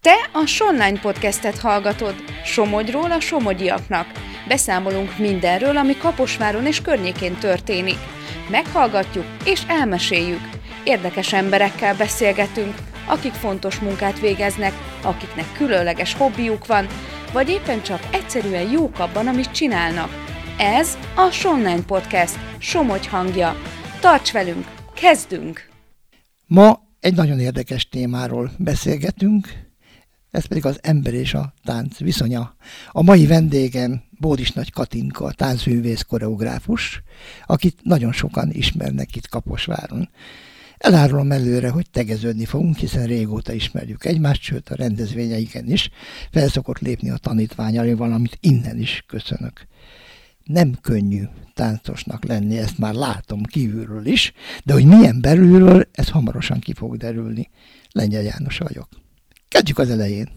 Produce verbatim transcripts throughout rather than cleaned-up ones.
Te a Sonline podcastet hallgatod, Somogyról a somogyiaknak. Beszámolunk mindenről, ami Kaposváron és környékén történik. Meghallgatjuk és elmeséljük. Érdekes emberekkel beszélgetünk, akik fontos munkát végeznek, akiknek különleges hobbiuk van, vagy éppen csak egyszerűen jók abban, amit csinálnak. Ez a Sonline podcast, Somogy hangja. Tarts velünk, kezdünk! Ma egy nagyon érdekes témáról beszélgetünk, ez pedig az ember és a tánc viszonya. A mai vendégem Bódis Nagy Katinka, táncművész, koreográfus, akit nagyon sokan ismernek itt Kaposváron. Elárulom előre, hogy tegeződni fogunk, hiszen régóta ismerjük egymást, sőt a rendezvényeiken is felszokott lépni a tanítványai, valamit innen is köszönök. Nem könnyű táncosnak lenni, ezt már látom kívülről is, de hogy milyen belülről, ez hamarosan ki fog derülni. Lengyel János vagyok. Kezdjük az elején.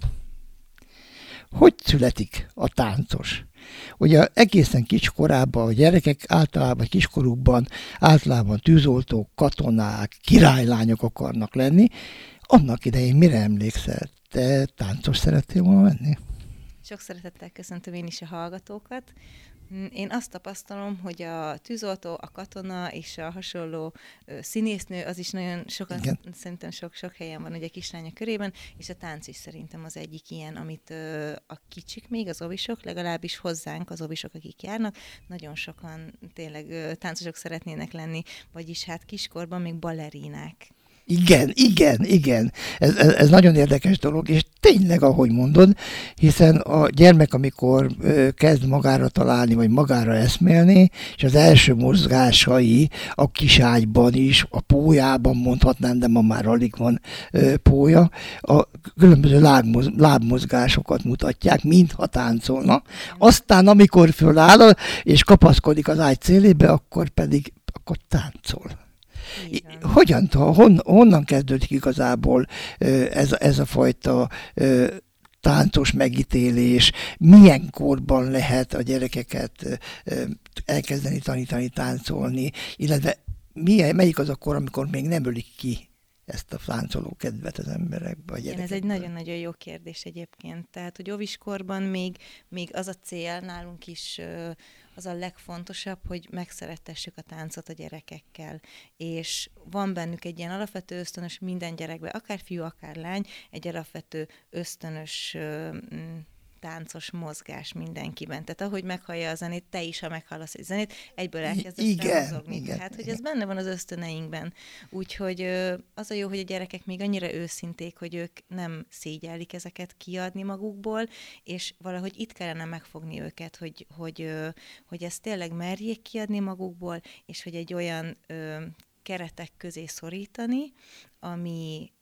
Hogy születik a táncos? Ugye egészen kiskorában a gyerekek általában kiskorukban általában tűzoltók, katonák, királylányok akarnak lenni. Annak idején mire emlékszel? Te táncos szerettél volna lenni? Sok szeretettel köszöntöm én is a hallgatókat. Én azt tapasztalom, hogy a tűzoltó, a katona és a hasonló ö, színésznő, az is nagyon sokan, Igen. szerintem sok-sok helyen van ugye kislányok körében, és a tánc is szerintem az egyik ilyen, amit ö, a kicsik még, az ovisok, legalábbis hozzánk az ovisok, akik járnak, nagyon sokan tényleg ö, táncosok szeretnének lenni, vagyis hát kiskorban még balerinák. Igen, igen, igen. Ez, ez, ez nagyon érdekes dolog, és tényleg, ahogy mondod, hiszen a gyermek, amikor ö, kezd magára találni, vagy magára eszmélni, és az első mozgásai a kiságyban is, a pólyában mondhatnám, de ma már alig van ö, pólya, a különböző lábmoz, lábmozgásokat mutatják, mintha táncolna. Aztán, amikor föláll, és kapaszkodik az ágy szélébe, akkor pedig akkor táncol. Igen. Hogyan, hon, honnan kezdődik igazából ez, ez a fajta táncos megítélés? Milyen korban lehet a gyerekeket elkezdeni tanítani, táncolni, illetve milyen, melyik az a kor, amikor még nem ölik ki ezt a táncoló kedvet az emberekbe, a gyerekekbe? Ez egy nagyon-nagyon jó kérdés egyébként. Tehát, hogy óviskorban még, még az a cél nálunk is, az a legfontosabb, hogy megszerettessük a táncot a gyerekekkel. És van bennük egy ilyen alapvető ösztönös minden gyerekben, akár fiú, akár lány, egy alapvető ösztönös táncos mozgás mindenkiben. Tehát ahogy meghallja a zenét, te is, ha meghallasz egy zenét, egyből elkezdesz mozogni. Igen, Tehát, hogy igen. ez benne van az ösztöneinkben. Úgyhogy az a jó, hogy a gyerekek még annyira őszinték, hogy ők nem szégyellik ezeket kiadni magukból, és valahogy itt kellene megfogni őket, hogy, hogy, hogy ezt tényleg merjék kiadni magukból, és hogy egy olyan keretek közé szorítani, ami,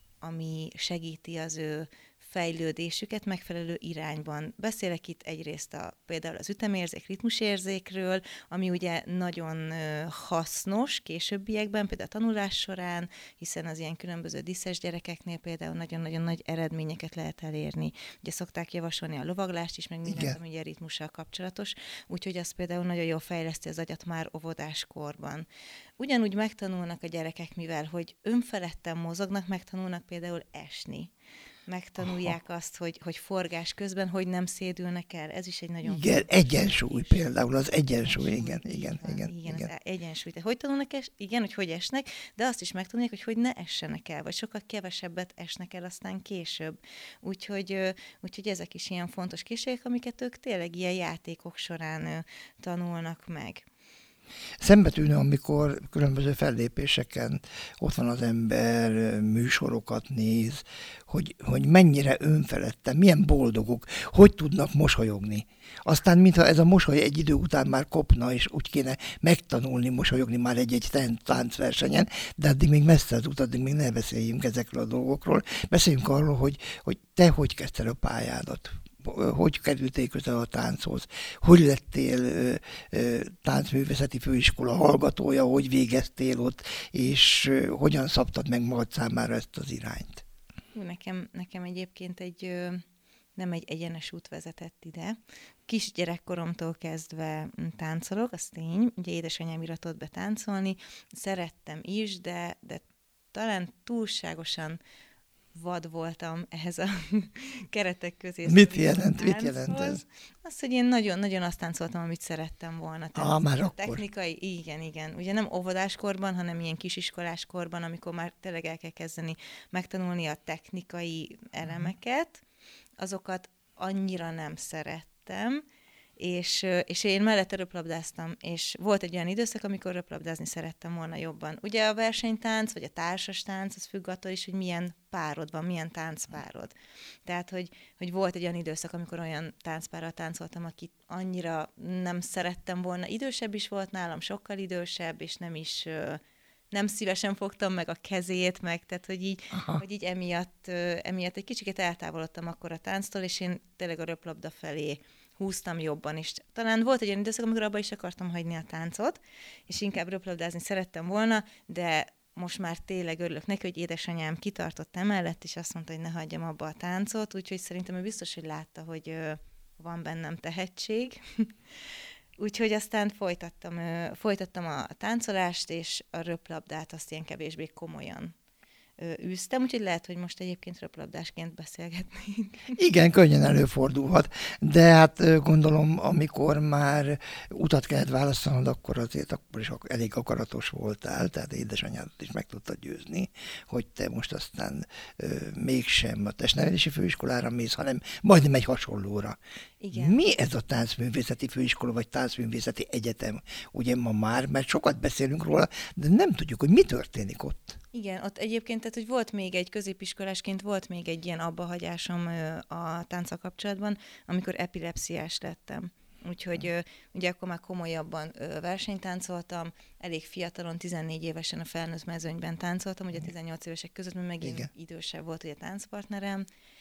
ami segíti az ő fejlődésüket megfelelő irányban. Beszélek itt egyrészt a, például az ütemérzék, ritmusérzékről, ami ugye nagyon hasznos későbbiekben, például a tanulás során, hiszen az ilyen különböző diszes gyerekeknél például nagyon-nagyon nagy eredményeket lehet elérni. Ugye szokták javasolni a lovaglást is, meg mindent, ami a ritmussal kapcsolatos, úgyhogy az például nagyon jól fejleszti az agyat már óvodáskorban. Ugyanúgy megtanulnak a gyerekek, mivel hogy önfeledten mozognak, megtanulnak például esni. Megtanulják Aha. azt, hogy, hogy forgás közben, hogy nem szédülnek el. Ez is egy nagyon igen, fontos egyensúly is. Például az egyensúly, igen, igen, igen. Igen, igen, igen. Az egyensúly. Tehát hogy tanulnak es, igen, hogy hogy esnek, de azt is megtanulják, hogy hogy ne essenek el, vagy sokkal kevesebbet esnek el aztán később. Úgyhogy, úgyhogy ezek is ilyen fontos készségek, amiket ők tényleg ilyen játékok során tanulnak meg. Szembetűnő, amikor különböző fellépéseken ott van az ember, műsorokat néz, hogy, hogy mennyire önfeledten, milyen boldogok, hogy tudnak mosolyogni. Aztán, mintha ez a mosoly egy idő után már kopna, és úgy kéne megtanulni mosolyogni már egy-egy táncversenyen, de addig még messze az út, addig még ne beszéljünk ezekről a dolgokról. Beszéljünk arról, hogy, hogy te hogy kezdted a pályádat. Hogy kerültél közel a tánchoz, hogy lettél ö, ö, táncművészeti főiskola hallgatója, hogy végeztél ott, és ö, hogyan szabtad meg magad számára ezt az irányt? Nekem, nekem egyébként egy, ö, nem egy egyenes út vezetett ide. Kisgyerekkoromtól kezdve táncolok, az tény, ugye édesanyám iratott be táncolni, szerettem is, de, de talán túlságosan vad voltam ehhez a keretek közé. Mit jelent, mit jelent ez? Az, hogy én nagyon-nagyon azt táncoltam, amit szerettem volna. Tehát ah, már a akkor. Technikai, igen, igen. Ugye nem óvodáskorban, hanem ilyen kisiskoláskorban, amikor már tényleg el kell kezdeni megtanulni a technikai elemeket, azokat annyira nem szerettem, És, és én mellette röplabdáztam, és volt egy olyan időszak, amikor röplabdázni szerettem volna jobban. Ugye a versenytánc, vagy a társas tánc, az függ attól is, hogy milyen párod van, milyen táncpárod. Tehát, hogy, hogy volt egy olyan időszak, amikor olyan táncpárral táncoltam, akit annyira nem szerettem volna. Idősebb is volt nálam, sokkal idősebb, és nem is... nem szívesen fogtam meg a kezét, meg, tehát hogy így, hogy így emiatt, emiatt egy kicsit eltávolodtam akkor a tánctól, és én tényleg a röplabda felé húztam jobban, és talán volt egy olyan időszak, amikor abba is akartam hagyni a táncot, és inkább röplabdázni szerettem volna, de most már tényleg örülök neki, hogy édesanyám kitartott emellett, és azt mondta, hogy ne hagyjam abba a táncot, úgyhogy szerintem ő biztos, hogy látta, hogy van bennem tehetség. Úgyhogy aztán folytattam, folytattam a táncolást, és a röplabdát azt ilyen kevésbé komolyan űztem, úgyhogy lehet, hogy most egyébként röplabdásként beszélgetnénk. Igen, könnyen előfordulhat, de hát gondolom, amikor már utat kellett választanod, akkor azért akkor is elég akaratos voltál, tehát édesanyádat is meg tudtad győzni, hogy te most aztán ö, mégsem a testnevelési főiskolára mész, hanem majdnem egy hasonlóra. Igen. Mi ez a táncművészeti főiskola, vagy táncművészeti egyetem? Ugye ma már, mert sokat beszélünk róla, de nem tudjuk, hogy mi történik ott. Igen, ott egyébként, tehát, hogy volt még egy középiskolásként, volt még egy ilyen abbahagyásom a tánccal kapcsolatban, amikor epilepsziás lettem. Úgyhogy ugye akkor már komolyabban versenytáncoltam, elég fiatalon, tizennégy évesen a felnőtt mezőnyben táncoltam, ugye tizennyolc évesek között, mert megint Igen. idősebb volt ugye a táncpartnerem,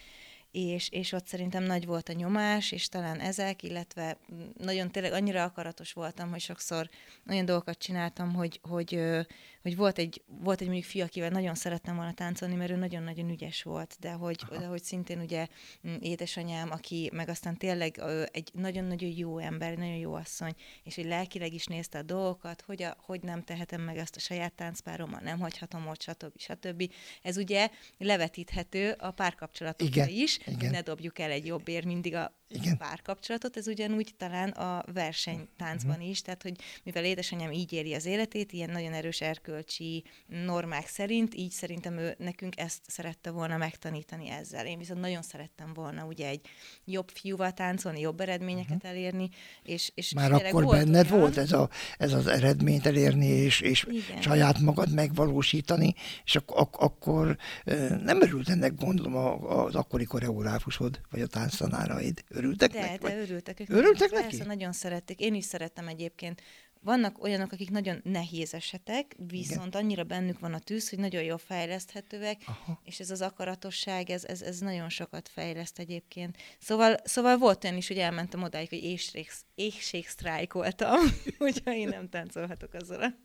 és, és ott szerintem nagy volt a nyomás, és talán ezek, illetve nagyon tényleg annyira akaratos voltam, hogy sokszor olyan dolgokat csináltam, hogy, hogy, hogy volt, egy, volt egy mondjuk fiú, akivel nagyon szerettem volna táncolni, mert ő nagyon-nagyon ügyes volt, de hogy, de hogy szintén ugye édesanyám, aki meg aztán tényleg egy nagyon-nagyon jó ember, nagyon jó asszony, és hogy lelkileg is nézte a dolgokat, hogy, a, hogy nem tehetem meg ezt a saját táncpárommal, nem hagyhatom ott, stb. stb. Ez ugye levetíthető a párkapcsolatokra is, Igen. ne dobjuk el egy jobb ér mindig a Igen. párkapcsolatot, ez ugyanúgy talán a versenytáncban uh-huh. is, tehát hogy mivel édesanyám így éli az életét, ilyen nagyon erős erkölcsi normák szerint, így szerintem ő nekünk ezt szerette volna megtanítani ezzel. Én viszont nagyon szerettem volna ugye egy jobb fiúval táncolni, jobb eredményeket uh-huh. elérni, és, és már akkor volt benned olyan... volt ez, a, ez az eredményt elérni, és, és saját magad megvalósítani, és ak- ak- akkor nem örült ennek, gondolom, az akkori koreográfusod, vagy a tánctanáraid. Örültek de, neki? De, örültek. Ők örültek persze, neki? Nagyon szerették. Én is szerettem egyébként. Vannak olyanok, akik nagyon nehéz esetek, viszont Igen. annyira bennük van a tűz, hogy nagyon jól fejleszthetőek, Aha. és ez az akaratosság, ez, ez, ez nagyon sokat fejleszt egyébként. Szóval, szóval volt olyan is, hogy elmentem odáig, hogy éhség, éhségsztrájkoltam, hogyha én nem táncolhatok azzal a...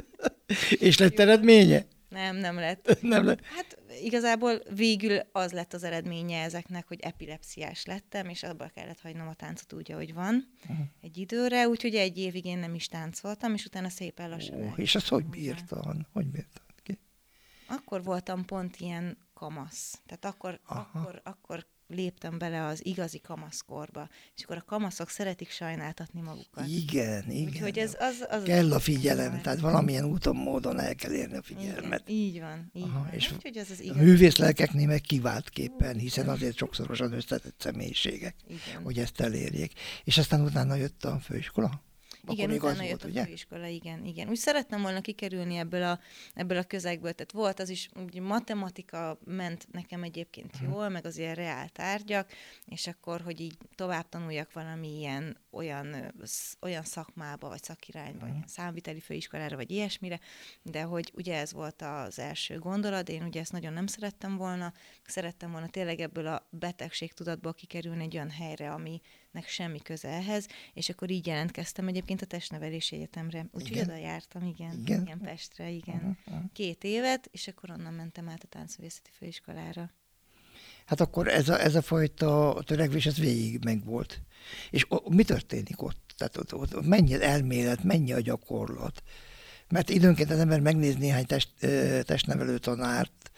És lett eredménye? Nem, nem lett. nem lett. Hát igazából végül az lett az eredménye ezeknek, hogy epilepsziás lettem, és abba kellett hagynom a táncot úgy, ahogy van, uh-huh. egy időre, úgyhogy egy évig én nem is táncoltam, és utána szépen lassan. Oh, és azt hogy bírtad? Hogy bírtad ki? Akkor voltam pont ilyen kamasz. Tehát akkor, akkor, akkor léptem bele az igazi kamaszkorba, és akkor a kamaszok szeretik sajnáltatni magukat. Igen, igen. Úgyhogy ez az, az kell a figyelem, tehát valamilyen úton, módon el kell érni a figyelmet. Igen, így van, így Aha, van. És Úgyhogy ez az a művészlelkeknél meg kiváltképpen, hiszen azért sokszorosan összetett személyiségek, igen. hogy ezt elérjék. És aztán utána jött a főiskola? Igen, utána jött volt, a ugye? Főiskola, igen, igen. Úgy szerettem volna kikerülni ebből a, ebből a közegből, tehát volt az is, ugye matematika ment nekem egyébként hmm. jól, meg az ilyen reál tárgyak, és akkor, hogy így tovább tanuljak valami ilyen olyan, olyan szakmába, vagy szakirányba, hmm. ilyen számviteli főiskolára, vagy ilyesmire, de hogy ugye ez volt az első gondolat, én ugye ezt nagyon nem szerettem volna, szerettem volna tényleg ebből a betegségtudatból kikerülni egy olyan helyre, ami nek semmi köze ehhez, és akkor így jelentkeztem egyébként a Testnevelési Egyetemre. Úgyhogy oda jártam, igen, igen, igen Pestre, igen. Uh-huh, uh-huh. Két évet, és akkor onnan mentem át a táncművészeti főiskolára. Hát akkor ez a, ez a fajta törekvés, ez végig megvolt. És o, mi történik ott? Tehát ott, ott mennyi az elmélet, mennyi a gyakorlat? Mert időnként az ember megnéz néhány test, testnevelő tanárt,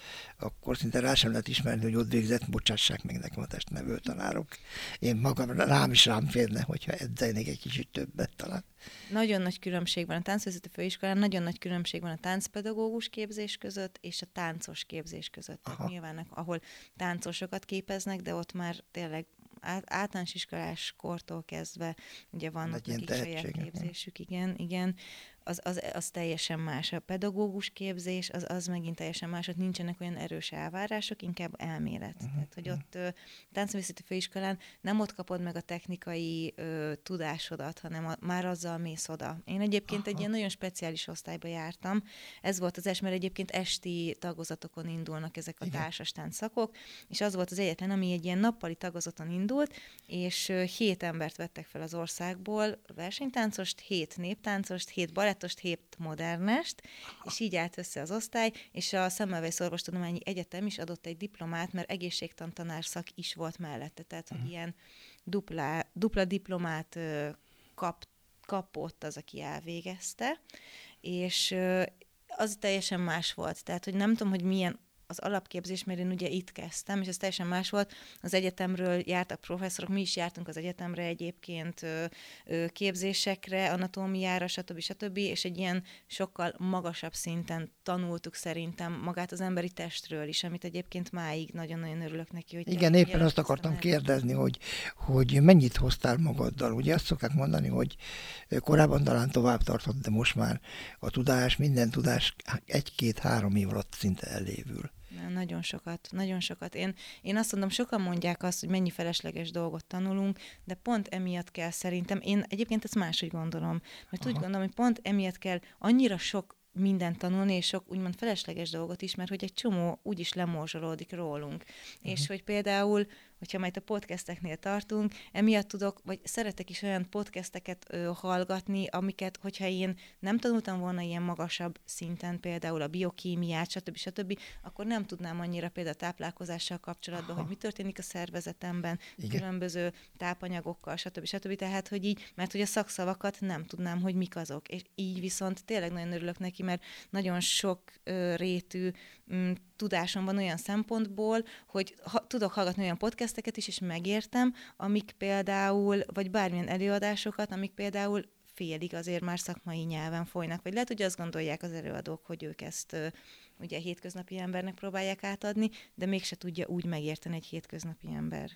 akkor szinte rá sem lehet ismerni, hogy ott végzett, bocsássák meg nekem a testnevelő tanárok. Én magam rám is rám férne, hogyha edzélnék egy kicsit többet talán. Nagyon nagy különbség van a táncvezető főiskolán, nagyon nagy különbség van a táncpedagógus képzés között és a táncos képzés között. Tehát nyilván, ahol táncosokat képeznek, de ott már tényleg általános iskolás kortól kezdve ugye van ott nekik saját képzésük, igen, igen. Az, az, az teljesen más. A pedagógus képzés, az, az megint teljesen más, ott nincsenek olyan erős elvárások, inkább elmélet. Uh-huh. Tehát, hogy ott uh, táncművészeti főiskolán nem ott kapod meg a technikai uh, tudásodat, hanem a, már azzal mész oda. Én egyébként Aha. egy ilyen nagyon speciális osztályba jártam. Ez volt az es, mert egyébként esti tagozatokon indulnak ezek a társas táncszakok, és az volt az egyetlen, ami egy ilyen nappali tagozaton indult, és uh, hét embert vettek fel az országból, versenytáncost, hét néptáncost, hét balett hét modernest, és így állt össze az osztály, és a Semmelweis Orvostudományi Egyetem is adott egy diplomát, mert egészségtan tanárszak is volt mellette, tehát hogy ilyen dupla, dupla diplomát kap, kapott az, aki elvégezte, és az teljesen más volt, tehát hogy nem tudom, hogy milyen az alapképzés, mert én ugye itt kezdtem, és ez teljesen más volt. Az egyetemről jártak professzorok, mi is jártunk az egyetemre egyébként ö, ö, képzésekre, anatómiára, stb. stb. És egy ilyen sokkal magasabb szinten tanultuk szerintem magát az emberi testről is, amit egyébként máig nagyon-nagyon örülök neki. Hogy igen, éppen azt akartam el. kérdezni, hogy, hogy mennyit hoztál magaddal. Ugye azt szokták mondani, hogy korábban talán tovább tartott, de most már a tudás, minden tudás egy-két-három év alatt szinte elévül. Nagyon sokat, nagyon sokat. Én, én azt mondom, sokan mondják azt, hogy mennyi felesleges dolgot tanulunk, de pont emiatt kell szerintem, én egyébként ezt máshogy gondolom, mert Aha. úgy gondolom, hogy pont emiatt kell annyira sok mindent tanulni, és sok úgymond felesleges dolgot is, mert hogy egy csomó úgyis lemorzsolódik rólunk. Uh-huh. És hogy például, hogyha majd a podcasteknél tartunk, emiatt tudok, vagy szeretek is olyan podcasteket ö, hallgatni, amiket, hogyha én nem tanultam volna ilyen magasabb szinten, például a biokémiát, stb. stb., akkor nem tudnám annyira például a táplálkozással kapcsolatban, Aha. hogy mi történik a szervezetemben, Igen. különböző tápanyagokkal, stb. stb. Tehát, hogy így, mert hogy a szakszavakat nem tudnám, hogy mik azok. És így viszont tényleg nagyon örülök neki, mert nagyon sok ö, rétű m, tudásom van olyan szempontból, hogy ha, tudok hallgatni olyan podcasteket is, és megértem, amik például, vagy bármilyen előadásokat, amik például félig azért már szakmai nyelven folynak. Vagy lehet, hogy azt gondolják az előadók, hogy ők ezt ö, ugye hétköznapi embernek próbálják átadni, de mégse tudja úgy megérteni egy hétköznapi ember.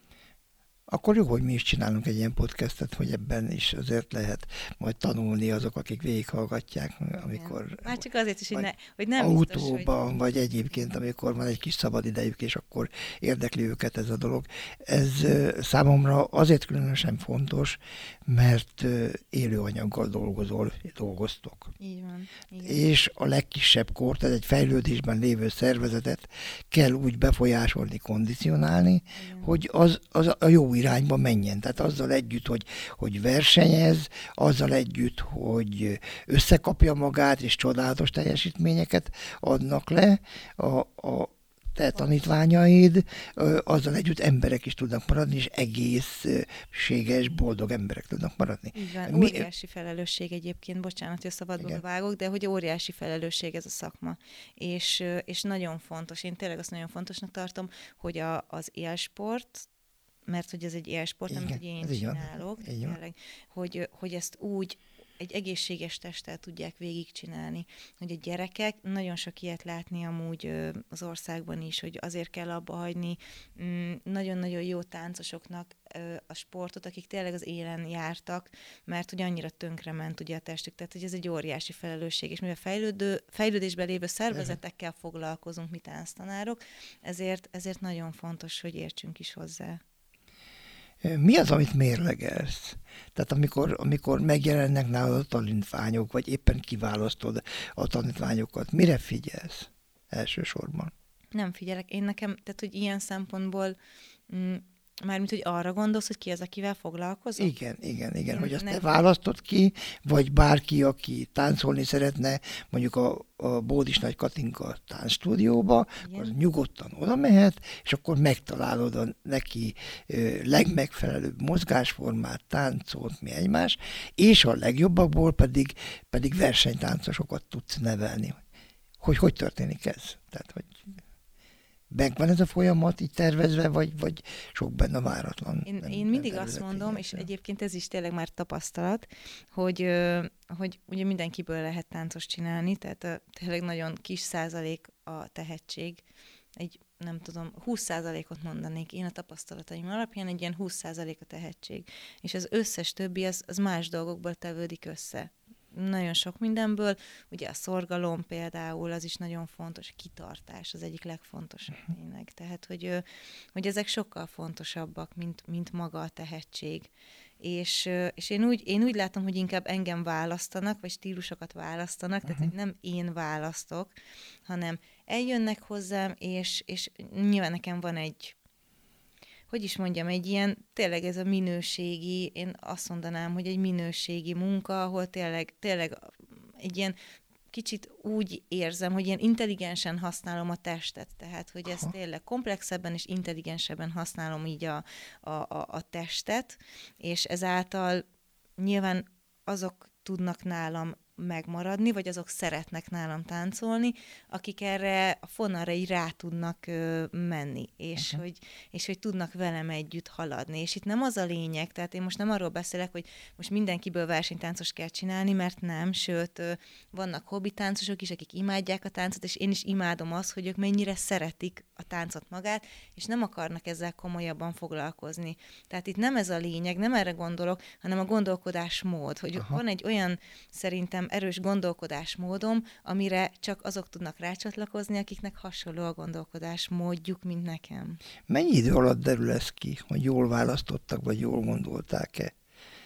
Akkor jó, hogy mi is csinálunk egy ilyen podcastet, hogy ebben is azért lehet majd tanulni azok, akik végighallgatják, amikor... Igen. Már csak azért is, hogy, ne, hogy nem autóban, biztos, hogy... vagy egyébként, amikor van egy kis szabad idejük, és akkor érdekli őket ez a dolog. Ez számomra azért különösen fontos, mert élő anyaggal dolgozol, dolgoztok. Így van. Igen. És a legkisebb kort, tehát egy fejlődésben lévő szervezetet kell úgy befolyásolni, kondicionálni, Igen. hogy az, az a jó irányba menjen. Tehát azzal együtt, hogy, hogy versenyez, azzal együtt, hogy összekapja magát, és csodálatos teljesítményeket adnak le a, a te tanítványaid, azzal együtt emberek is tudnak maradni, és egészséges, boldog emberek tudnak maradni. Így van, Mi... óriási felelősség egyébként, bocsánat, hogy a szabadba vágok, de hogy óriási felelősség ez a szakma. És, és nagyon fontos, én tényleg azt nagyon fontosnak tartom, hogy a, az élsport, mert hogy ez egy élsport, amit ugye én csinálok, tényleg, hogy, hogy ezt úgy egy egészséges testtel tudják végigcsinálni, hogy a gyerekek, nagyon sok ilyet látni amúgy az országban is, hogy azért kell abba hagyni nagyon-nagyon jó táncosoknak a sportot, akik tényleg az élen jártak, mert ugye annyira tönkrement ugye a testük, tehát hogy ez egy óriási felelősség, és mivel fejlődő, fejlődésben lévő szervezetekkel foglalkozunk, mi tánctanárok, ezért, ezért nagyon fontos, hogy értsünk is hozzá. Mi az, amit mérlegelsz? Tehát amikor, amikor megjelennek nálad a tanítványok, vagy éppen kiválasztod a tanítványokat, mire figyelsz elsősorban? Nem figyelek. Én nekem, tehát hogy ilyen szempontból, mm, mármint, hogy arra gondolsz, hogy ki az, akivel foglalkozol? Igen, igen, igen. Én hogy azt nem... te választod ki, vagy bárki, aki táncolni szeretne, mondjuk a, a Bódis Nagy Katinka táncstúdióba, az nyugodtan oda mehet, és akkor megtalálod a neki ö, legmegfelelőbb mozgásformát, táncot, mi egymás, és a legjobbakból pedig, pedig versenytáncosokat tudsz nevelni. Hogy hogy történik ez? Tehát, hogy... Megvan ez a folyamat így tervezve, vagy, vagy sok benne váratlan? Én, nem, én mindig nem azt mondom, tényleg. és egyébként ez is tényleg már tapasztalat, hogy, hogy ugye mindenkiből lehet táncos csinálni, tehát tényleg nagyon kis százalék a tehetség. Egy, nem tudom, húsz százalékot mondanék én a tapasztalataim alapján, egy ilyen húsz százalék a tehetség. És az összes többi, az, az más dolgokból tevődik össze. Nagyon sok mindenből, ugye a szorgalom például, az is nagyon fontos, a kitartás az egyik legfontosabb tényleg. Tehát, hogy, hogy ezek sokkal fontosabbak, mint, mint maga a tehetség. És, és én, úgy, én úgy látom, hogy inkább engem választanak, vagy stílusokat választanak, tehát Uh-huh. hogy nem én választok, hanem eljönnek hozzám, és, és nyilván nekem van egy, hogy is mondjam, egy ilyen, tényleg ez a minőségi, én azt mondanám, hogy egy minőségi munka, ahol tényleg, tényleg egy ilyen kicsit úgy érzem, hogy ilyen intelligensen használom a testet, tehát, hogy ezt tényleg komplexebben és intelligensebben használom így a, a, a, a testet, és ezáltal nyilván azok tudnak nálam megmaradni, vagy azok szeretnek nálam táncolni, akik erre a fonalra így rá tudnak ö, menni, és, uh-huh. hogy, és hogy tudnak velem együtt haladni. És itt nem az a lényeg, tehát én most nem arról beszélek, hogy most mindenkiből versenytáncos kell csinálni, mert nem, sőt, ö, vannak hobbitáncosok is, akik imádják a táncot, és én is imádom azt, hogy ők mennyire szeretik a táncot magát, és nem akarnak ezzel komolyabban foglalkozni. Tehát itt nem ez a lényeg, nem erre gondolok, hanem a gondolkodásmód, hogy uh-huh. van egy olyan szerintem erős gondolkodásmódom, amire csak azok tudnak rácsatlakozni, akiknek hasonló a gondolkodásmódjuk, mint nekem. Mennyi idő alatt derül ez ki, hogy jól választottak, vagy jól gondolták-e?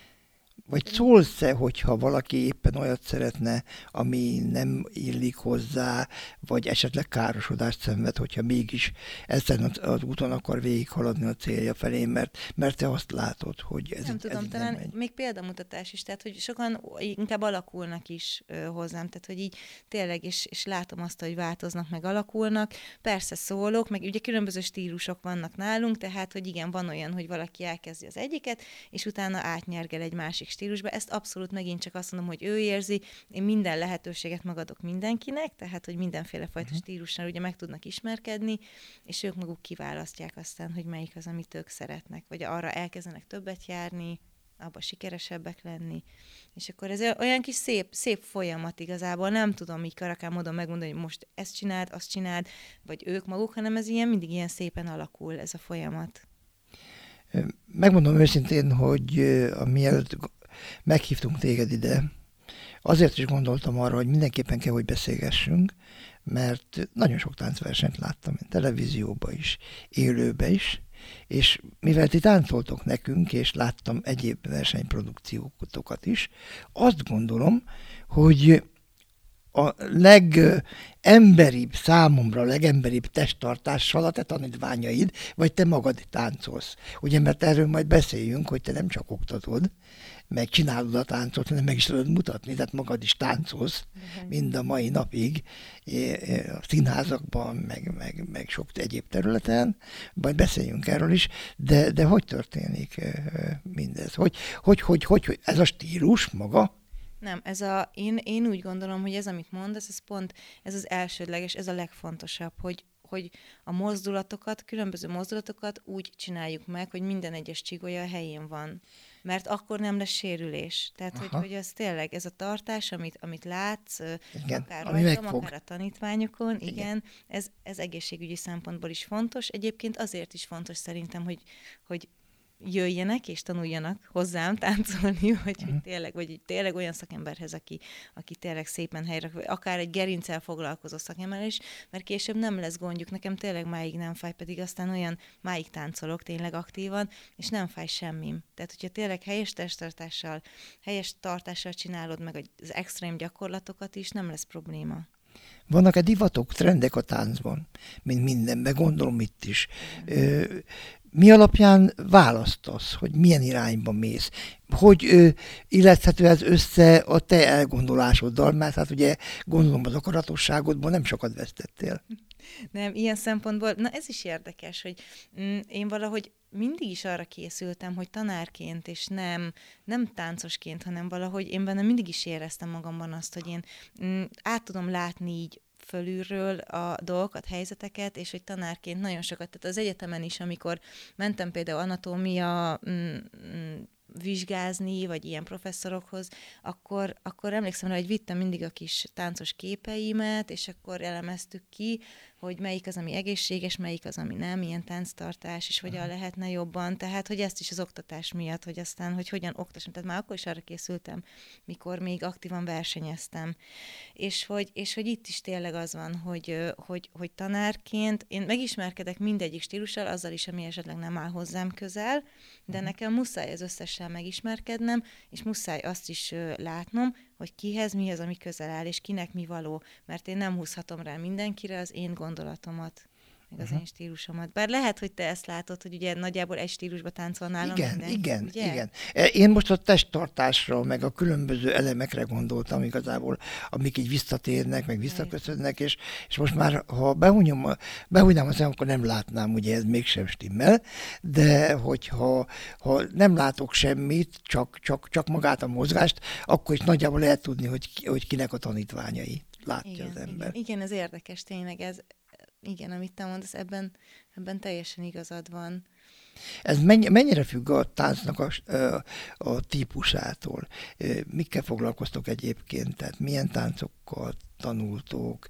Vagy szólsz-e, hogyha valaki éppen olyat szeretne, ami nem illik hozzá, vagy esetleg károsodást szenved, hogyha mégis ezen az úton akar végighaladni a célja felé, mert, mert te azt látod, hogy ez Nem így, tudom, ez így talán nem megy. még példamutatás is, tehát hogy sokan inkább alakulnak is ö, hozzám, tehát hogy így tényleg, és, és látom azt, hogy változnak, meg alakulnak. Persze szólok, meg ugye különböző stílusok vannak nálunk, tehát hogy igen, van olyan, hogy valaki elkezdi az egyiket, és utána átnyergel egy másik stílusba. Ezt abszolút megint csak azt mondom, hogy ő érzi. Én minden lehetőséget megadok mindenkinek, tehát hogy mindenféle fajta uh-huh. stílusnál ugye meg tudnak ismerkedni, és ők maguk kiválasztják aztán, hogy melyik az, amit ők szeretnek, vagy arra elkezdenek többet járni, abban sikeresebbek lenni. És akkor ez olyan kis szép, szép folyamat igazából, nem tudom így karakán módon megmondani, hogy most ezt csináld, azt csináld, vagy ők maguk, hanem ez ilyen mindig ilyen szépen alakul ez a folyamat. Megmondom őszintén, hogy amielőtt meghívtunk téged ide, azért is gondoltam arra, hogy mindenképpen kell, hogy beszélgessünk, mert nagyon sok táncversenyt láttam én televízióban is, élőben is, és mivel ti táncoltok nekünk, és láttam egyéb versenyprodukciótokat is, azt gondolom, hogy a legemberibb, számomra a legemberibb testtartással a te tanítványaid, vagy te magad táncolsz. Ugye, mert erről majd beszéljünk, hogy te nem csak oktatod, meg csinálod a táncot, hanem meg is tudod mutatni, tehát magad is táncolsz, uh-huh. mind a mai napig a színházakban, meg, meg, meg sok egyéb területen, majd beszéljünk erről is, de, de hogy történik mindez? Hogy, hogy, hogy, hogy, hogy ez a stílus maga? Nem, ez a, én, én úgy gondolom, hogy ez, amit mondasz, ez pont, ez az elsődleges, ez a legfontosabb, hogy, hogy a mozdulatokat, különböző mozdulatokat úgy csináljuk meg, hogy minden egyes csigolya a helyén van. Mert akkor nem lesz sérülés. Tehát, hogy, hogy ez tényleg, ez a tartás, amit, amit látsz, igen, akár rajtam, akár a tanítványokon, igen, igen ez, ez egészségügyi szempontból is fontos. Egyébként azért is fontos szerintem, hogy, hogy jöjjenek és tanuljanak hozzám táncolni, vagy uh-huh. hogy tényleg, vagy tényleg olyan szakemberhez, aki, aki tényleg szépen helyre, akár egy gerincel foglalkozó szakember is, mert később nem lesz gondjuk. Nekem tényleg máig nem fáj, pedig aztán olyan máig táncolok tényleg aktívan, és nem fáj semmim. Tehát, hogyha tényleg helyes testtartással, helyes tartással csinálod meg az extrém gyakorlatokat is, nem lesz probléma. Vannak-e divatok, trendek a táncban? Mint mindenben, gondolom itt is. Ö, mi alapján választasz, hogy milyen irányba mész? Hogy ö, illethető ez össze a te elgondolásoddal? Mert hát ugye gondolom az akaratosságodban nem sokat vesztettél. Nem, ilyen szempontból, na ez is érdekes, hogy mm, én valahogy mindig is arra készültem, hogy tanárként, és nem, nem táncosként, hanem valahogy én benne mindig is éreztem magamban azt, hogy én mm, át tudom látni így fölülről a dolgokat, helyzeteket, és hogy tanárként nagyon sokat, tehát az egyetemen is, amikor mentem például anatómia mm, mm, vizsgázni, vagy ilyen professzorokhoz, akkor, akkor emlékszem rá, hogy vittem mindig a kis táncos képeimet, és akkor elemeztük ki, hogy melyik az, ami egészséges, melyik az, ami nem, ilyen tánctartás, és hogyan lehetne jobban. Tehát, hogy ezt is az oktatás miatt, hogy aztán, hogy hogyan oktassam. Tehát már akkor is arra készültem, mikor még aktívan versenyeztem. És hogy, és hogy itt is tényleg az van, hogy, hogy, hogy tanárként én megismerkedek mindegyik stílussal, azzal is, ami esetleg nem áll hozzám közel, de nekem muszáj az összessel megismerkednem, és muszáj azt is látnom, hogy kihez mi az, ami közel áll, és kinek mi való, mert én nem húzhatom rá mindenkire az én gondolatomat, meg az uh-huh. én stílusomat. Bár lehet, hogy te ezt látod, hogy ugye nagyjából egy stílusba táncol nálam igen, minden. Igen, ugye? igen. Én most a testtartásra, meg a különböző elemekre gondoltam igazából, amik így visszatérnek, meg visszaköszönnek, és, és most már, ha behúnyom, behúnynám a szemem, akkor nem látnám, ugye ez mégsem stimmel, de hogyha ha nem látok semmit, csak, csak, csak magát a mozgást, akkor is nagyjából lehet tudni, hogy, ki, hogy kinek a tanítványai látja igen, az ember. Igen, igen, ez érdekes tényleg, ez igen, amit te mondasz, ebben, ebben teljesen igazad van. Ez mennyi, mennyire függ a táncnak a, a típusától? Mikkel foglalkoztok egyébként? Tehát milyen táncokkal tanultok,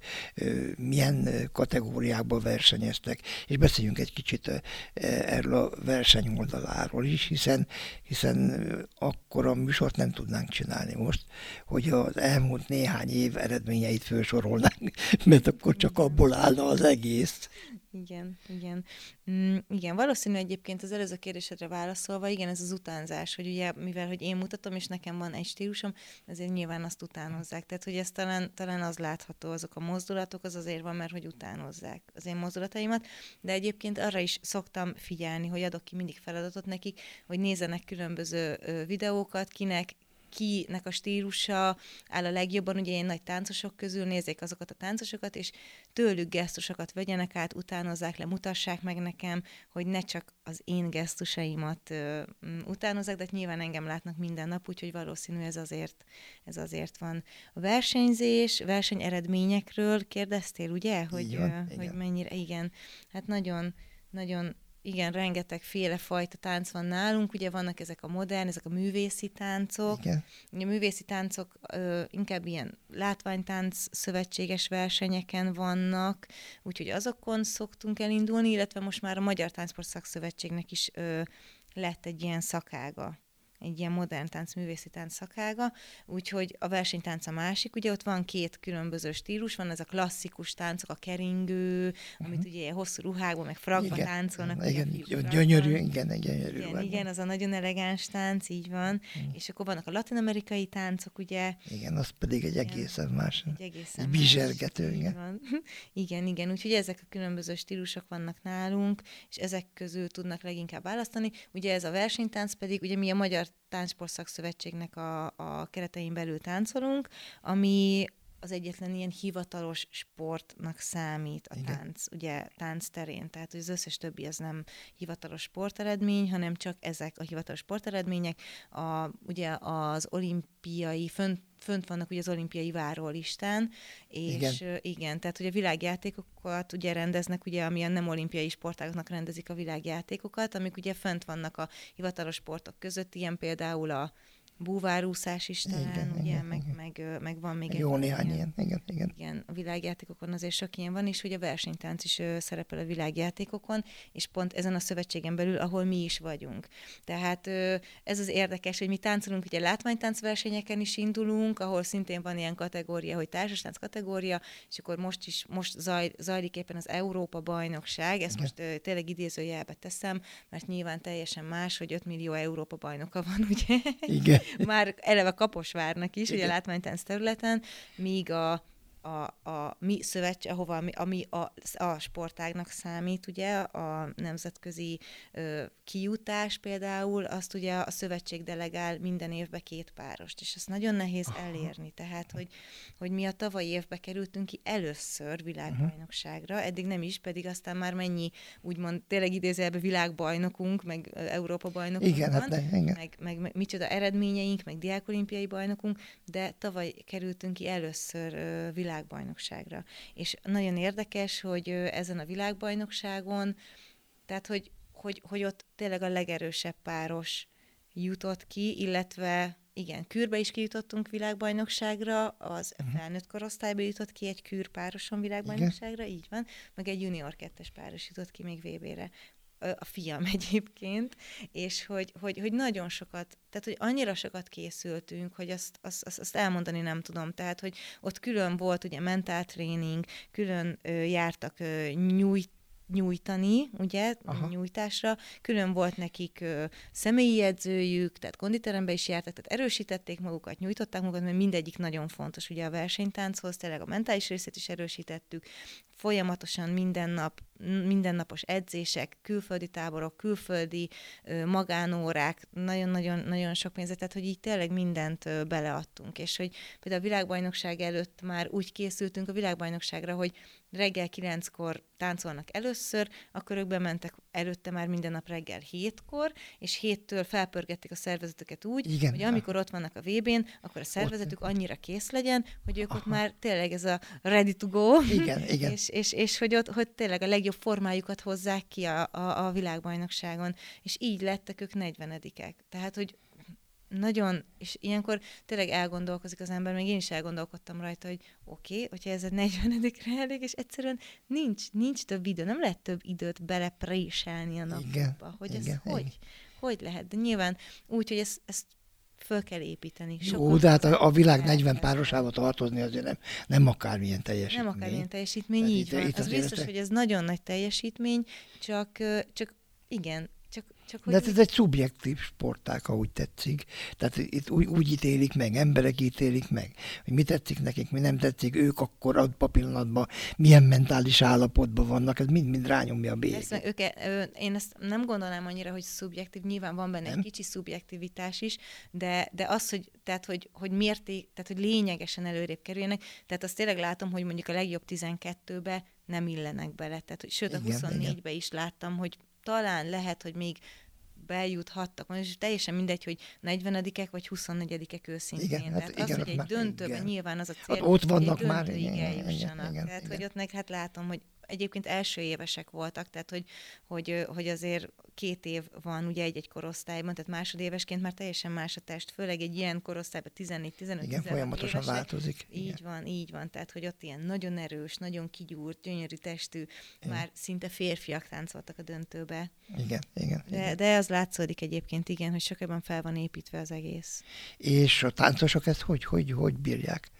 milyen kategóriákban versenyeztek, és beszéljünk egy kicsit erről a verseny oldaláról is, hiszen, hiszen akkor a műsort nem tudnánk csinálni most, hogy az elmúlt néhány év eredményeit felsorolnánk, mert akkor csak abból állna az egész. Igen, igen. Mm, igen, valószínű egyébként az előző kérdésedre válaszolva, igen, ez az utánzás, hogy ugye, mivel hogy én mutatom, és nekem van egy stílusom, ezért nyilván azt utánozzák. Tehát, hogy ez talán, talán az látható, azok a mozdulatok, az azért van, mert hogy utánozzák az én mozdulataimat, de egyébként arra is szoktam figyelni, hogy adok ki mindig feladatot nekik, hogy nézzenek különböző videókat, kinek kinek a stílusa áll a legjobban, ugye én nagy táncosok közül nézzék azokat a táncosokat, és tőlük gesztusokat vegyenek át, utánozzák le, mutassák meg nekem, hogy ne csak az én gesztusaimat uh, utánozzák, de nyilván engem látnak minden nap, úgyhogy valószínű ez azért, ez azért van. A versenyzés, versenyeredményekről kérdeztél, ugye? Hogy, van, uh, hogy mennyire, igen. Hát nagyon, nagyon igen, rengeteg féle fajta tánc van nálunk, ugye vannak ezek a modern, ezek a művészi táncok. Igen. Ugye a művészi táncok ö, inkább ilyen látványtánc szövetséges versenyeken vannak, úgyhogy azokon szoktunk elindulni, illetve most már a Magyar Táncsport Szakszövetségnek is ö, lett egy ilyen szakága, egy ilyen modern tánc, művészi tánc szakága, úgyhogy a versenytánc a másik, ugye ott van két különböző stílus, van ez a klasszikus táncok, a keringő, uh-huh. amit ugye ilyen hosszú ruhákban, meg frakba igen. táncolnak. Igen, igen gyönyörű, igen, gyönyörű. Igen, igen, az a nagyon elegáns tánc, így van, uh-huh. és akkor vannak a latin-amerikai táncok, ugye. Igen, az pedig egy igen, egészen más. Egy egészen egy bizsergető, igen. Van. igen, igen, úgyhogy ezek a különböző stílusok vannak nálunk, és ezek közül tudnak leginkább választani. Ugye ez a versenytánc pedig, ugye mi a Magyar Táncsport Szakszövetségnek a, a keretein belül táncolunk, ami az egyetlen ilyen hivatalos sportnak számít a igen. tánc, ugye tánc terén. Tehát az összes többi az nem hivatalos sporteredmény, hanem csak ezek a hivatalos sporteredmények. A, ugye az olimpiai, fönt, fönt vannak ugye az olimpiai várólistán, és igen. igen, tehát ugye világjátékokat ugye rendeznek, ugye amilyen nem olimpiai sportágoknak rendezik a világjátékokat, amik ugye fönt vannak a hivatalos sportok között, ilyen például a búvárúszás is talán, igen, ugye, igen, meg, igen. Meg, meg van még jó egy néhány ilyen, igen, igen. Igen, a világjátékokon azért sok ilyen van, és hogy a versenytánc is ö, szerepel a világjátékokon, és pont ezen a szövetségen belül, ahol mi is vagyunk. Tehát ö, ez az érdekes, hogy mi táncolunk, ugye látványtánc versenyeken is indulunk, ahol szintén van ilyen kategória, hogy társastánc kategória, és akkor most is, most zaj, zajlik éppen az Európa bajnokság, ezt igen. most ö, tényleg idézőjelbe teszem, mert nyilván teljesen más, hogy öt millió Európa bajnoka van, ugye? Igen. Már eleve Kaposvárnak is, igen. ugye a látványtánc területen, míg a, a, a mi szövetség, ahova mi, ami a, a sportágnak számít, ugye, a nemzetközi ö, kijutás például, azt ugye a szövetség delegál minden évben két párost, és ezt nagyon nehéz elérni, tehát, hogy, hogy mi a tavalyi évbe kerültünk ki először világbajnokságra, eddig nem is, pedig aztán már mennyi, úgymond tényleg idézőjelben világbajnokunk, meg Európa bajnokunk igen, van, hát ne, igen. meg, meg, meg micsoda eredményeink, meg diákolimpiai bajnokunk, de tavaly kerültünk ki először ö, világbajnokságra, világbajnokságra. És nagyon érdekes, hogy ezen a világbajnokságon, tehát hogy, hogy, hogy ott tényleg a legerősebb páros jutott ki, illetve igen, kürbe is kijutottunk világbajnokságra, az uh-huh. felnőtt korosztályba jutott ki egy kür pároson világbajnokságra, igen. Így van, meg egy junior kettes páros jutott ki még vé bére. A fiam egyébként, és hogy, hogy, hogy nagyon sokat, tehát hogy annyira sokat készültünk, hogy azt, azt, azt, azt elmondani nem tudom. Tehát, hogy ott külön volt ugye mentál tréning, külön ö, jártak ö, nyújt, nyújtani, ugye, Aha. nyújtásra. Külön volt nekik ö, személyi edzőjük, tehát konditerembe is jártak, tehát erősítették magukat, nyújtották magukat, mert mindegyik nagyon fontos ugye a versenytánchoz, tényleg a mentális részét is erősítettük, folyamatosan minden nap, mindennapos edzések, külföldi táborok, külföldi ö, magánórák, nagyon-nagyon nagyon sok pénzet, tehát hogy így tényleg mindent ö, beleadtunk, és hogy például a világbajnokság előtt már úgy készültünk a világbajnokságra, hogy reggel kilenckor táncolnak először, akkor ők bementek előtte már minden nap reggel hétkor, és héttől felpörgették a szervezetüket úgy, igen, hogy amikor ott vannak a vé bén, akkor a szervezetük annyira kész legyen, hogy ők Aha. ott már tényleg ez a ready to go, igen, igen. és, és, és hogy ott hogy tényleg a legjobb formájukat hozzák ki a, a, a világbajnokságon, és így lettek ők negyvenedikek. Tehát, hogy nagyon, és ilyenkor tényleg elgondolkozik az ember, még én is elgondolkodtam rajta, hogy oké, okay, hogyha ez a negyvenedikre elég, és egyszerűen nincs, nincs több idő, nem lehet több időt belepréselni a napokba, hogy igen, ez igen. hogy, hogy lehet. De nyilván úgy, hogy ezt, ezt föl kell építeni. Jó, de hát a, a világ negyven párosába tartozni azért nem, nem akármilyen teljesítmény. Nem akármilyen teljesítmény, tehát így itt, van. itt az biztos, hogy ez nagyon nagy teljesítmény, csak, csak igen, Csak, csak de hát ez egy szubjektív sportág, ha úgy tetszik. Tehát itt úgy, úgy ítélik meg, emberek ítélik meg, hogy mi tetszik nekik, mi nem tetszik, ők akkor abban a pillanatban milyen mentális állapotban vannak, ez mind-mind rányomja a bélyegét. Persze, ők, én ezt nem gondolnám annyira, hogy szubjektív, nyilván van benne nem? egy kicsi szubjektivitás is, de, de az, hogy, tehát, hogy, hogy mérték, tehát hogy lényegesen előrébb kerüljenek, tehát azt tényleg látom, hogy mondjuk a legjobb tizenkettőbe nem illenek bele. Tehát, hogy, sőt, a igen, huszonnégybe igen. is láttam, hogy talán lehet, hogy még bejuthattak, és teljesen mindegy, hogy negyvenedikek vagy huszonnegyedikek őszintén. Igen, hát tehát igen, az, hogy egy döntőben igen. nyilván az a cél, ott vannak hogy egy már, döntőig igen, eljussanak. igen, Tehát, igen. hogy ott meg hát látom, hogy egyébként első évesek voltak, tehát hogy, hogy, hogy azért két év van ugye egy-egy korosztályban, tehát másodévesként már teljesen más a test, főleg egy ilyen korosztályban tizennégy tizenöt igen, folyamatosan évesek, változik. Így igen. van, így van, tehát hogy ott ilyen nagyon erős, nagyon kigyúrt, gyönyörű testű, igen. már szinte férfiak táncoltak a döntőbe. Igen, igen. De, igen. de az látszódik egyébként, igen, hogy sokakban fel van építve az egész. És a táncosok ezt hogy, hogy, hogy bírják?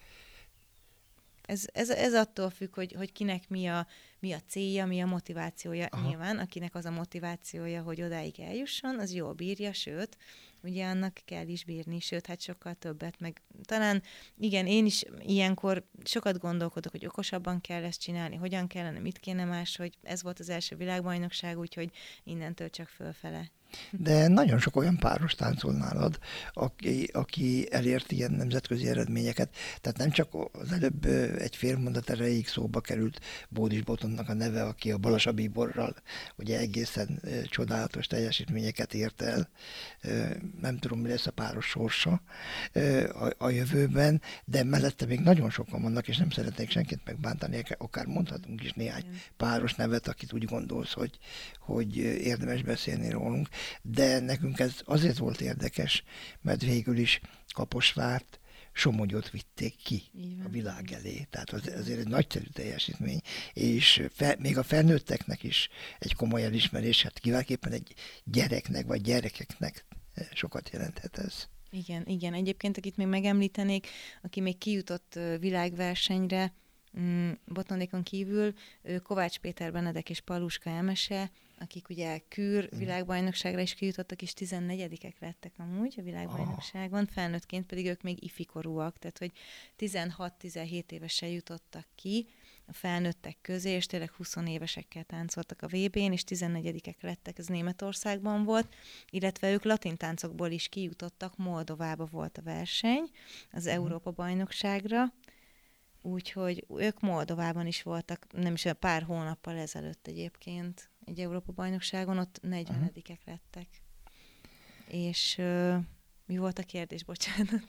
Ez, ez, ez attól függ, hogy, hogy kinek mi a, mi a célja, mi a motivációja. Aha. Nyilván, akinek az a motivációja, hogy odáig eljusson, az jól bírja, sőt, ugye annak kell is bírni, sőt, hát sokkal többet, meg talán, igen, én is ilyenkor sokat gondolkodok, hogy okosabban kell ezt csinálni, hogyan kellene, mit kéne más, hogy ez volt az első világbajnokság, úgyhogy innentől csak fölfele. De nagyon sok olyan páros táncol nálad, aki, aki elért ilyen nemzetközi eredményeket. Tehát nem csak az előbb egy fél mondat erejéig szóba került Bódis Botondnak a neve, aki a Balassa Bíborral ugye egészen csodálatos teljesítményeket ért el. Nem tudom, mi lesz a páros sorsa a, a jövőben, de mellette még nagyon sokan vannak, és nem szeretnék senkit megbántani, akár mondhatunk is néhány páros nevet, akit úgy gondolsz, hogy, hogy érdemes beszélni rólunk. De nekünk ez azért volt érdekes, mert végül is Kaposvárt, Somogyot vitték ki a világ elé. Tehát az, azért egy nagyszerű teljesítmény, és fe, még a felnőtteknek is egy komoly elismerés, hát kiváltképpen egy gyereknek vagy gyerekeknek sokat jelenthet ez. Igen, igen. Egyébként, akit még megemlítenék, aki még kijutott világversenyre, Botondékon kívül, Kovács Péter Benedek és Paluska Emese, akik ugye kür világbajnokságra is kijutottak, és tizennegyedikek lettek amúgy a világbajnokságon, felnőttként pedig ők még ifikorúak, tehát hogy tizenhat-tizenhét évesen jutottak ki a felnőttek közé, és tényleg húsz évesekkel táncoltak a vé bén, és tizennegyedikek lettek, ez Németországban volt, illetve ők latin táncokból is kijutottak, Moldovába volt a verseny, az uh-huh. Európa-bajnokságra, úgyhogy ők Moldovában is voltak, nem is pár hónappal ezelőtt egyébként egy Európa-bajnokságon, ott negyvenedikek lettek. És Mi volt a kérdés, bocsánat?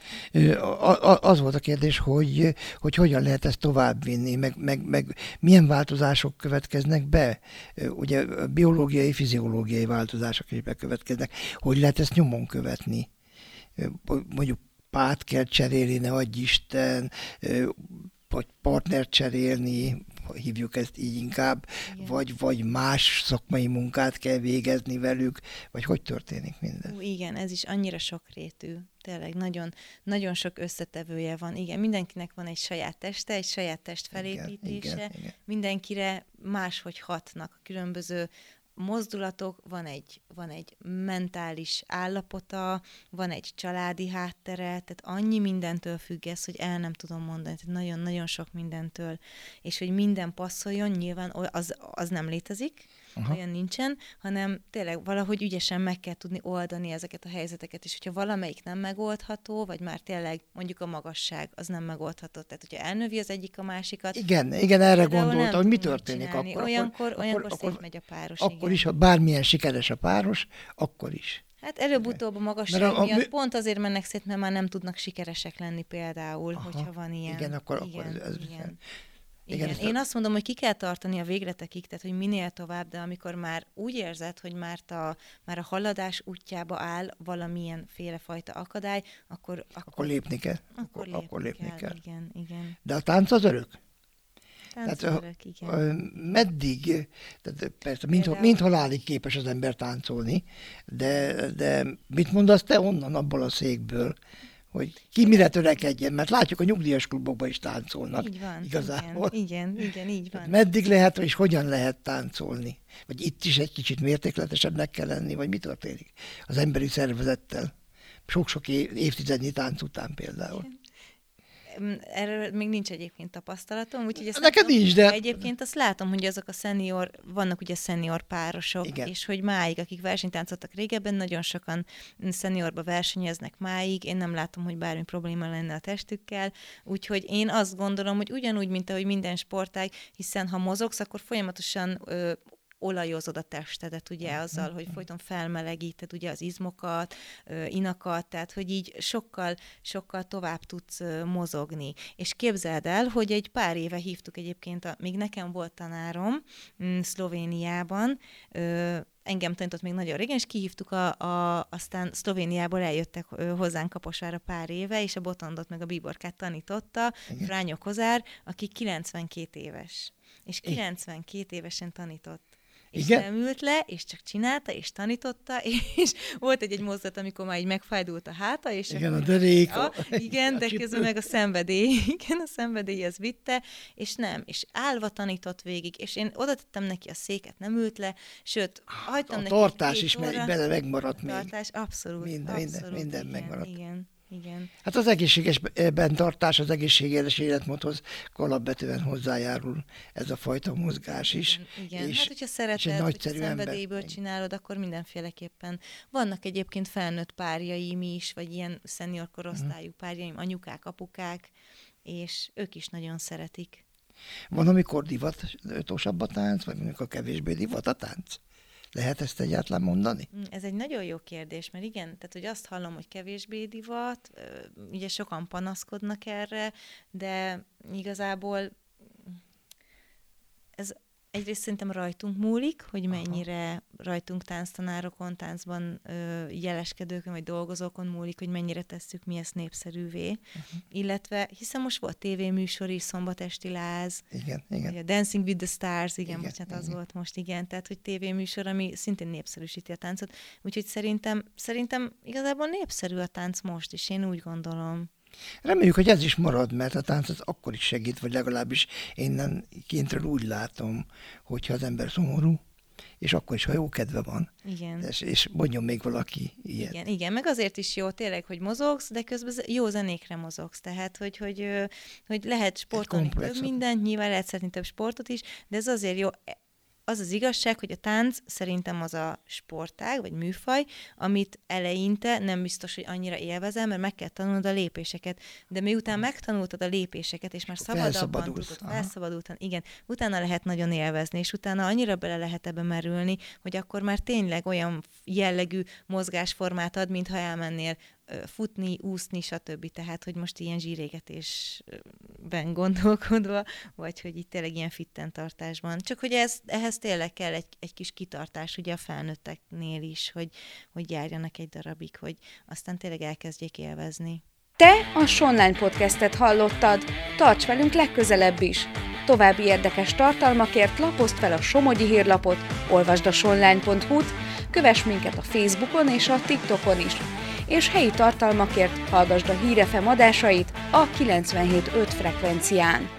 Az volt a kérdés, hogy, hogy hogyan lehet ezt továbbvinni, meg, meg, meg milyen változások következnek be. Ugye biológiai, fiziológiai változások is bekövetkeznek. Hogy lehet ezt nyomon követni? Mondjuk párt kell cserélni, ne adj Isten, vagy partnert cserélni, hívjuk ezt így inkább, vagy, vagy más szakmai munkát kell végezni velük, vagy hogy történik mindez? Ú, igen, ez is annyira sokrétű. Tényleg nagyon, nagyon sok összetevője van. Igen, mindenkinek van egy saját teste, egy saját testfelépítése. Igen, igen, igen. Mindenkire máshogy hatnak a különböző mozdulatok, van egy, van egy mentális állapota, van egy családi háttere, tehát annyi mindentől függ ez, hogy el nem tudom mondani, tehát nagyon-nagyon sok mindentől, és hogy minden passzoljon, nyilván az, az nem létezik, aha, olyan nincsen, hanem tényleg valahogy ügyesen meg kell tudni oldani ezeket a helyzeteket, és hogyha valamelyik nem megoldható, vagy már tényleg mondjuk a magasság, az nem megoldható, tehát hogyha elnövi az egyik a másikat. Igen, igen, erre gondoltam, hogy mi történik akkor. Olyankor, akkor, olyankor akkor, szétmegy a páros. Akkor igen. is, ha bármilyen sikeres a páros, akkor is. Hát előbb-utóbb a magasság a, a, miatt pont azért mennek szét, mert már nem tudnak sikeresek lenni például, aha, hogyha van ilyen. Igen, akkor, igen, akkor ez... igen. Igen, igen. Én azt mondom, hogy ki kell tartani a végletekig, tehát hogy minél tovább, de amikor már úgy érzed, hogy már a, már a haladás útjába áll valamilyen félefajta akadály, akkor... Akkor, akkor lépni kell. Akkor, akkor, akkor lépni kell. kell. Igen, igen. De a tánc az örök? Tánc tehát, örök, igen. Meddig, tehát persze, mind, mind halálig képes az ember táncolni, de, de mit mondasz te onnan, abból a székből, hogy ki mire törekedjen, mert látjuk, a nyugdíjas klubokban is táncolnak. Így van, igazából. Igen, igen, igen, így van. Meddig lehet, és hogyan lehet táncolni? Vagy itt is egy kicsit mértékletesebbnek kell lenni, vagy mi történik az emberi szervezettel? Sok-sok év, évtizednyi tánc után például. Erről még nincs egyébként tapasztalatom, úgyhogy ezt neked tudom, nincs, de... Egyébként azt látom, hogy azok a szenior, vannak ugye szenior párosok, igen, és hogy máig, akik versenytáncoltak régebben, nagyon sokan szeniorba versenyeznek máig, én nem látom, hogy bármi probléma lenne a testükkel, úgyhogy én azt gondolom, hogy ugyanúgy, mint ahogy minden sportág, hiszen ha mozogsz, akkor folyamatosan ö, olajozod a testedet, ugye, azzal, hogy folyton felmelegíted ugye az izmokat, inakat, tehát, hogy így sokkal, sokkal tovább tudsz mozogni. És képzeld el, hogy egy pár éve hívtuk egyébként, a, még nekem volt tanárom Szlovéniában, engem tanított még nagyon régen, és kihívtuk, a, a, aztán Szlovéniából eljöttek hozzánk Kaposvárra pár éve, és a Botondot meg a Bíborkát tanította, Frányo Kozár, aki kilencvenkét éves. És kilencvenkét évesen tanított. És igen? Nem ült le, és csak csinálta, és tanította, és volt egy-egy mozdulat, amikor már így megfájdult a háta, és igen, akkor, a derék. Ja, igen, de közben meg a szenvedély, igen, a szenvedély az vitte, és nem, és állva tanított végig, és én oda tettem neki a széket, nem ült le, sőt, hagytam a neki A tartás is óra, bele megmaradt még. A tartás, abszolút, minden, abszolút, minden, minden igen, megmaradt. Igen. Igen. Hát az egészséges bentartás, az egészséges életmódhoz alapvetően hozzájárul ez a fajta mozgás is. Igen, igen. És, hát hogyha szereted, hogyha szenvedélyből ember. Csinálod, akkor mindenféleképpen. Vannak egyébként felnőtt párjaim is, vagy ilyen szenior korosztályú párjaim, anyukák, apukák, és ők is nagyon szeretik. Van, amikor divatosabb a tánc, vagy amikor kevésbé divat a tánc? Lehet ezt egyáltalán mondani? Ez egy nagyon jó kérdés, mert igen, tehát hogy azt hallom, hogy kevésbé divat, ugye sokan panaszkodnak erre, de igazából ez egyrészt szerintem rajtunk múlik, hogy mennyire aha. rajtunk tánctanárokon, táncban ö, jeleskedőkön vagy dolgozókon múlik, hogy mennyire tesszük mi ezt népszerűvé. Uh-huh. Illetve, hiszen most volt tévéműsor is, Szombatesti Láz, igen, igen. A Dancing with the Stars, igen, igen bocsánat, az igen. volt most, igen, tehát, hogy tévéműsor, ami szintén népszerűsíti a táncot. Úgyhogy szerintem, szerintem igazából népszerű a tánc most is, én úgy gondolom. Reméljük, hogy ez is marad, mert a tánc az akkor is segít, vagy legalábbis én kintről úgy látom, hogyha az ember szomorú, és akkor is, ha jó kedve van. Igen. És, és mondjon még valaki ilyet. Igen, igen, meg azért is jó tényleg, hogy mozogsz, de közben jó zenékre mozogsz. Tehát, hogy, hogy, hogy lehet sportolni több mindent, nyilván lehet szeretni több sportot is, de ez azért jó. Az az igazság, hogy a tánc szerintem az a sportág, vagy műfaj, amit eleinte nem biztos, hogy annyira élvezel, mert meg kell tanulnod a lépéseket. De miután megtanultad a lépéseket, és már szabadabban tudod, felszabadultan, igen, utána lehet nagyon élvezni, és utána annyira bele lehet ebbe merülni, hogy akkor már tényleg olyan jellegű mozgásformát ad, mintha elmennél futni, úszni, stb. Tehát, hogy most ilyen zsírégetésben gondolkodva, vagy hogy itt tényleg ilyen fittentartásban. Csak hogy ez, ehhez tényleg kell egy, egy kis kitartás, ugye a felnőtteknél is, hogy, hogy járjanak egy darabig, hogy aztán tényleg elkezdjék élvezni. Te a Sonline Podcastet hallottad, tarts velünk legközelebb is! További érdekes tartalmakért lapozd fel a Somogyi hírlapot, olvasd a sonline pont hu-t, kövess minket a Facebookon és a TikTokon is, és helyi tartalmakért hallgasd a Hír ef em adásait a kilencvenhét pont öt frekvencián.